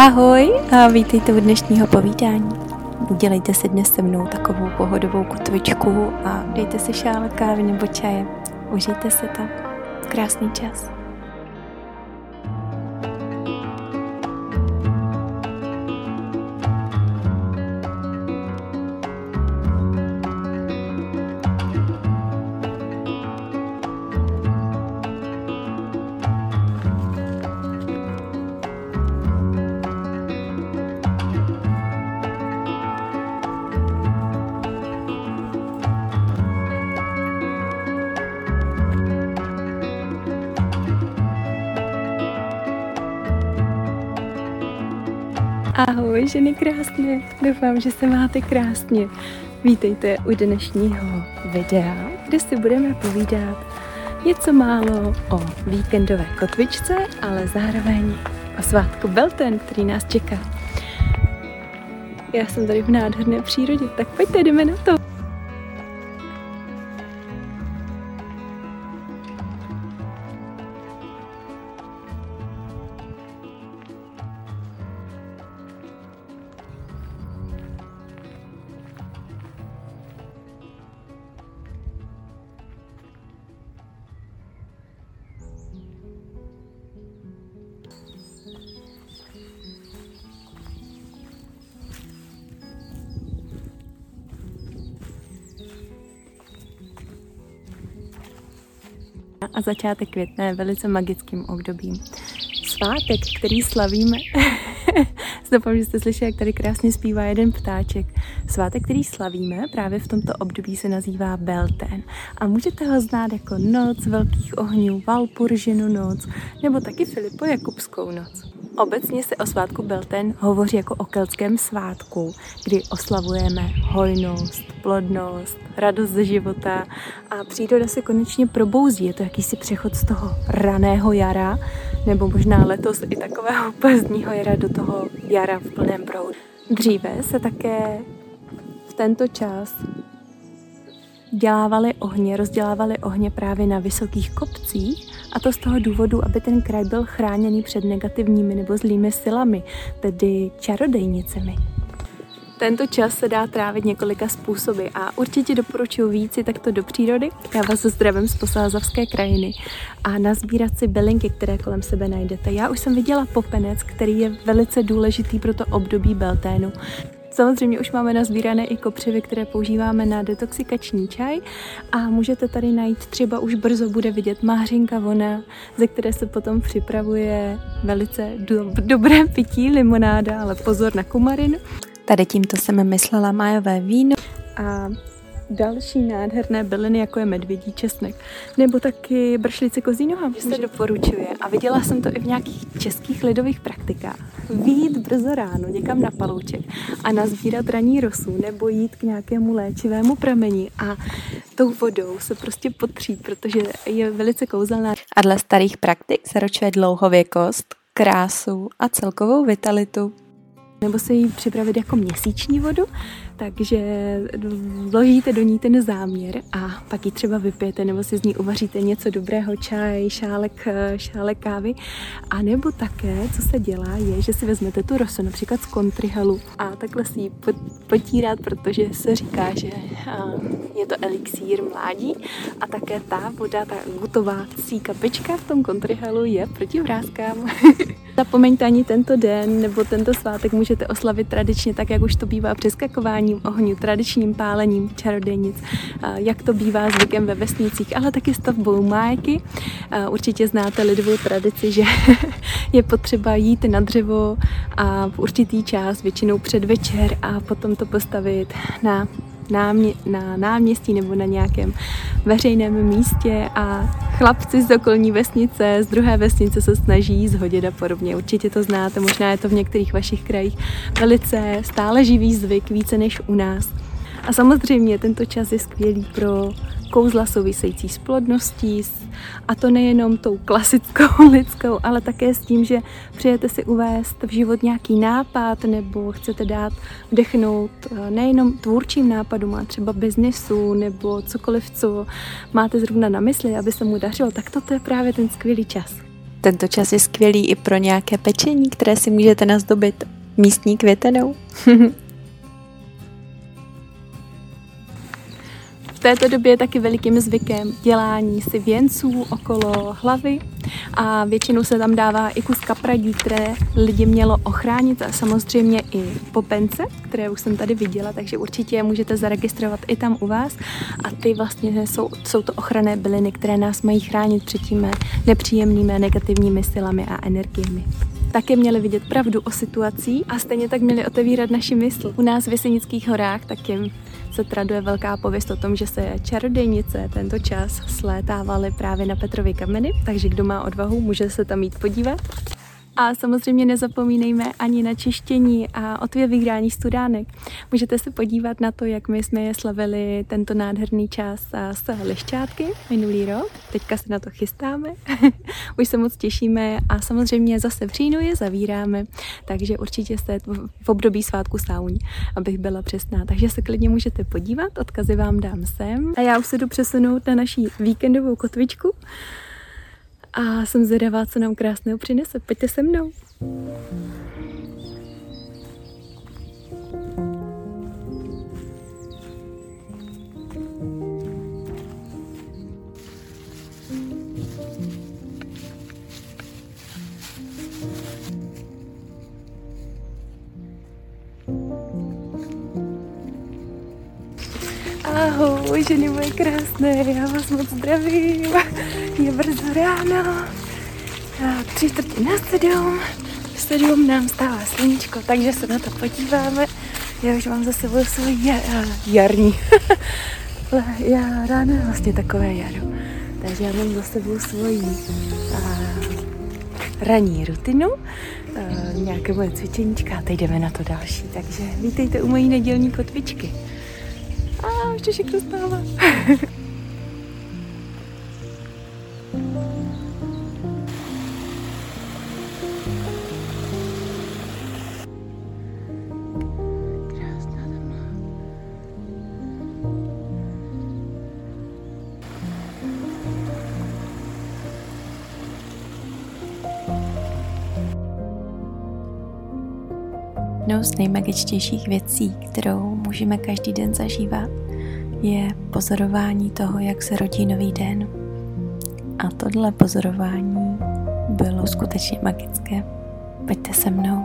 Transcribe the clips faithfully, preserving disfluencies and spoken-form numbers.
Ahoj a vítejte u dnešního povídání. Udělejte si dnes se mnou takovou pohodovou kotvičku a dejte si šálek kávy nebo čaje. Užijte se tam. Krásný čas. Ahoj, ženy krásné, doufám, že se máte krásně. Vítejte u dnešního videa, kde si budeme povídat něco málo o víkendové kotvičce, ale zároveň o svátku Beltén, který nás čeká. Já jsem tady v nádherné přírodě, tak pojďte, jdeme na to. A začátek května je velice magickým obdobím. Svátek, který slavíme, doufám, že jste slyšeli, jak tady krásně zpívá jeden ptáček. Svátek, který slavíme právě v tomto období, se nazývá Beltén. A můžete ho znát jako Noc velkých ohňů, Valpurginu noc, nebo taky Filipojakubskou noc. Obecně se o svátku Beltén hovoří jako o keltském svátku, kdy oslavujeme hojnost, plodnost, radost ze života a příroda se konečně probouzí. Je to jakýsi přechod z toho raného jara, nebo možná letos i takového pozdního jara do toho jara v plném proudu. Dříve se také v tento čas dělávali ohně, rozdělávali ohně právě na vysokých kopcích, a to z toho důvodu, aby ten kraj byl chráněný před negativními nebo zlými silami, tedy čarodejnicemi. Tento čas se dá trávit několika způsoby a určitě doporučuji víc si takto do přírody. Já vás zdravím z Posázavské krajiny a nazbírat si bylinky, které kolem sebe najdete. Já už jsem viděla popenec, který je velice důležitý pro to období Belténu. Samozřejmě už máme nazbírané i kopřivy, které používáme na detoxikační čaj a můžete tady najít, třeba už brzo bude vidět mahřinka vona, ze které se potom připravuje velice do, dobré pití, limonáda, ale pozor na kumarin. Tady tímto jsem myslela májové víno a další nádherné byliny, jako je medvědí česnek, nebo taky bršlice kozí noha, se doporučuje. A viděla jsem to i v nějakých českých lidových praktikách. Vyjít brzo ráno někam na palouček a nazbírat raní rosu, nebo jít k nějakému léčivému prameni a tou vodou se prostě potřít, protože je velice kouzelná. A dle starých praktik zaručuje dlouhověkost, krásu a celkovou vitalitu. Nebo se jí připravit jako měsíční vodu, takže vložíte do ní ten záměr a pak ji třeba vypijete, nebo si z ní uvaříte něco dobrého, čaj, šálek, šálek kávy. A nebo také, co se dělá, je, že si vezmete tu rosu, například z kontrihalu a takhle si ji potírat, protože se říká, že je to elixír mládí a také ta voda, ta gutovací kapička v tom kontrihalu je proti vrázkám. Zapomeňte ani tento den nebo tento svátek můžete oslavit tradičně, tak jak už to bývá přeskakováním ohňů, tradičním pálením čarodejnic, jak to bývá zvykem ve vesnicích, ale taky stavbou májky. Určitě znáte lidovou tradici, že je potřeba jít na dřevo a v určitý čas, většinou předvečer, a potom to postavit na Námě, na náměstí nebo na nějakém veřejném místě a chlapci z okolní vesnice, z druhé vesnice se snaží shodit a podobně. Určitě to znáte, možná je to v některých vašich krajích velice stále živý zvyk, více než u nás. A samozřejmě tento čas je skvělý pro kouzla související s plodností, a to nejenom tou klasickou lidskou, ale také s tím, že přijete si uvést v život nějaký nápad nebo chcete dát vdechnout nejenom tvůrčím nápadům, ale třeba biznesu nebo cokoliv, co máte zrovna na mysli, aby se mu dařilo, tak toto je právě ten skvělý čas. Tento čas je skvělý i pro nějaké pečení, které si můžete nazdobit místní květenou. V této době je taky velikým zvykem dělání si věnců okolo hlavy a většinou se tam dává i kus kapradí, které lidi mělo ochránit a samozřejmě i popence, které už jsem tady viděla, takže určitě je můžete zaregistrovat i tam u vás a ty vlastně jsou, jsou to ochranné byliny, které nás mají chránit před těmi nepříjemnými negativními silami a energiemi. Také měli vidět pravdu o situacích a stejně tak měli otevírat naši mysl. U nás v Jesenických horách taky se traduje velká pověst o tom, že se čarodejnice tento čas slétávaly právě na Petrovy kameny, takže kdo má odvahu, může se tam jít podívat. A samozřejmě nezapomínejme ani na čištění a otvírání studánek. Můžete se podívat na to, jak my jsme je slavili tento nádherný čas s lišťátky minulý rok. Teďka se na to chystáme. Už se moc těšíme a samozřejmě zase v říjnu je zavíráme, takže určitě jste v období svátku sauň, abych byla přesná. Takže se klidně můžete podívat, odkazy vám dám sem. A já už se jdu přesunout na naší víkendovou kotvičku. A jsem zvědavá, co nám krásného přinese. Pojďte se mnou. Ahoj, ženy moje krásné, já vás moc zdravím. Je brzo ráno, tři čtvrtě na sedm, v sedm nám stává sluníčko, takže se na to podíváme. Já už mám za sebou svůj jarní, já ráno je vlastně takové jaro, takže já mám za sebou svoji ranní rutinu, nějaké moje cvičeníčka a teď jdeme na to další, takže vítejte u mojí nedělní kotvičky. A už to všechno stává. Jednou z nejmagičtějších věcí, kterou můžeme každý den zažívat, je pozorování toho, jak se rodí nový den. A tohle pozorování bylo skutečně magické. Pojďte se mnou.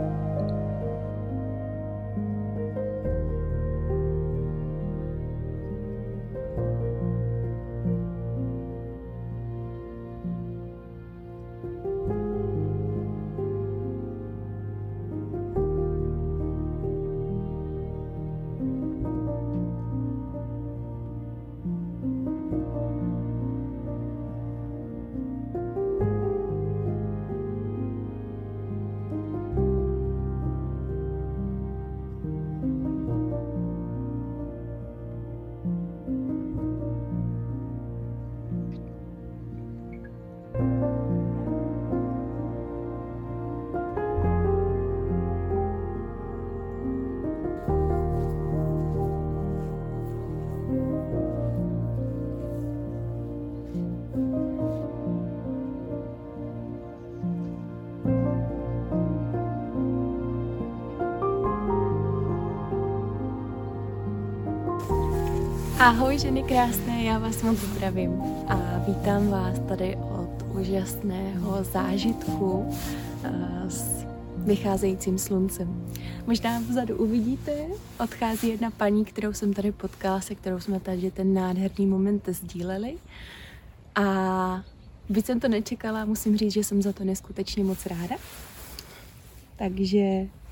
Ahoj ženy krásné, já vás moc zdravím a vítám vás tady od úžasného zážitku s vycházejícím sluncem. Možná vzadu uvidíte, odchází jedna paní, kterou jsem tady potkala, se kterou jsme tady ten nádherný moment sdíleli a byť jsem to nečekala, musím říct, že jsem za to neskutečně moc ráda. Takže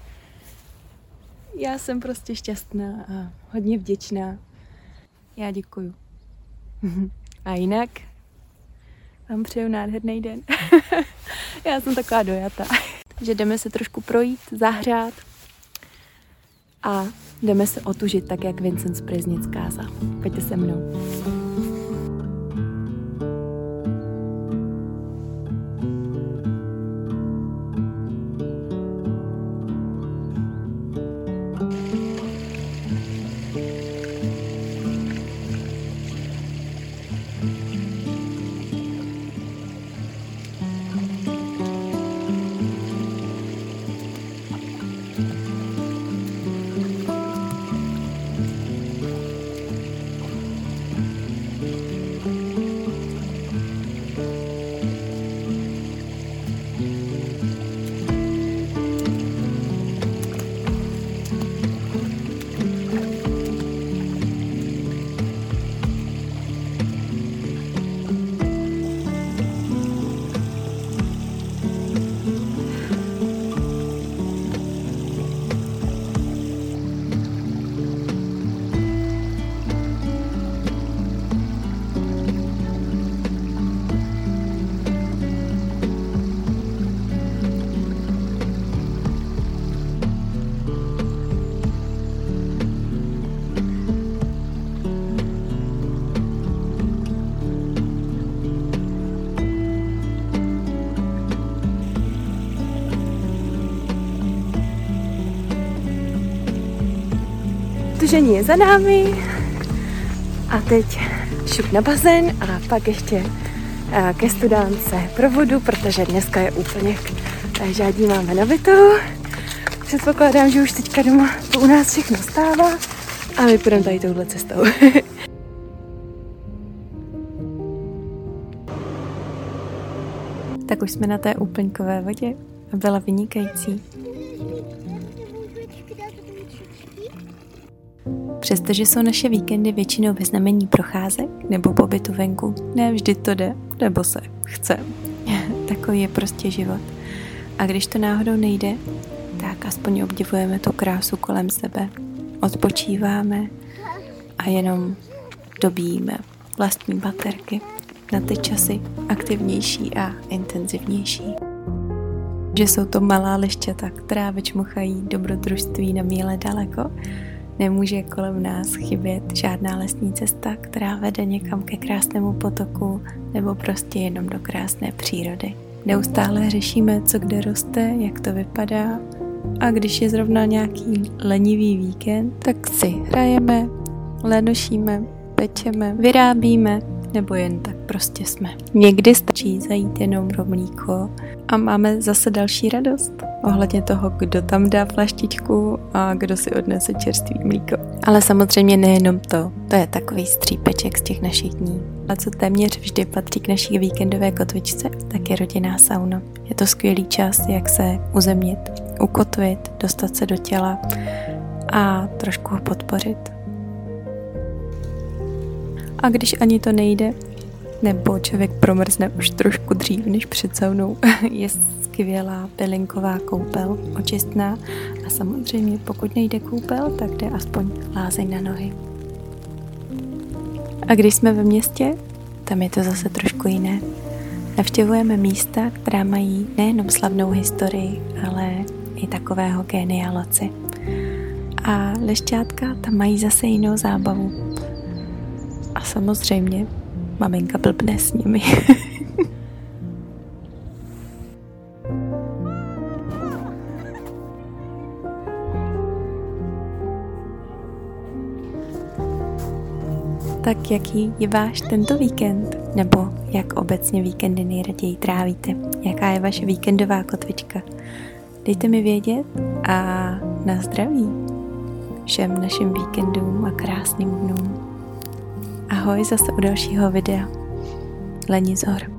já jsem prostě šťastná a hodně vděčná. Já děkuju. A jinak vám přeju nádherný den. Já jsem taková dojata. Že jdeme se trošku projít, zahřát a jdeme se otužit tak, jak Vincent z Pryznic kázal. Pojďte se mnou. Súžení je za námi a teď šup na bazén a pak ještě ke studánce pro vodu, protože dneska je úplně žádní máme nabitou. Předpokládám, že už teďka doma to u nás všechno stává a my půjdeme tady touhle cestou. Tak už jsme na té úplňkové vodě a byla vynikající. Přestože jsou naše víkendy většinou ve znamení procházek nebo pobytu venku, ne vždy to jde, nebo se chce. Takový je prostě život. A když to náhodou nejde, tak aspoň obdivujeme tu krásu kolem sebe. Odpočíváme a jenom dobíjíme vlastní baterky na ty časy aktivnější a intenzivnější. Že jsou to malá lišťata, která vyčmuchají dobrodružství na míle daleko, nemůže kolem nás chybět žádná lesní cesta, která vede někam ke krásnému potoku nebo prostě jenom do krásné přírody. Neustále řešíme, co kde roste, jak to vypadá, a když je zrovna nějaký lenivý víkend, tak si hrajeme, lenošíme, pečeme, vyrábíme nebo jen tak prostě jsme. Někdy stačí zajít jenom pro mlíko a máme zase další radost ohledně toho, kdo tam dá flaštičku a kdo si odnese čerstvý mlíko. Ale samozřejmě nejenom to, to je takový střípeček z těch našich dní. A co téměř vždy patří k naší víkendové kotvičce, tak je rodinná sauna. Je to skvělý čas, jak se uzemnit, ukotvit, dostat se do těla a trošku ho podpořit. A když ani to nejde, nebo člověk promrzne už trošku dřív než před saunou, je skvělá bylinková koupel, očistná a samozřejmě pokud nejde koupel, tak jde aspoň lázeň na nohy. A když jsme ve městě, tam je to zase trošku jiné. Navštěvujeme místa, která mají nejenom slavnou historii, ale i takového génia loci. A lešťátka tam mají zase jinou zábavu. A samozřejmě maminka blbne s nimi. Tak jaký je váš tento víkend? Nebo jak obecně víkendy nejraději trávíte? Jaká je vaše víkendová kotvička? Dejte mi vědět a na zdraví všem našim víkendům a krásným dnům. Ahoj, zase u dalšího videa. Leni z hor.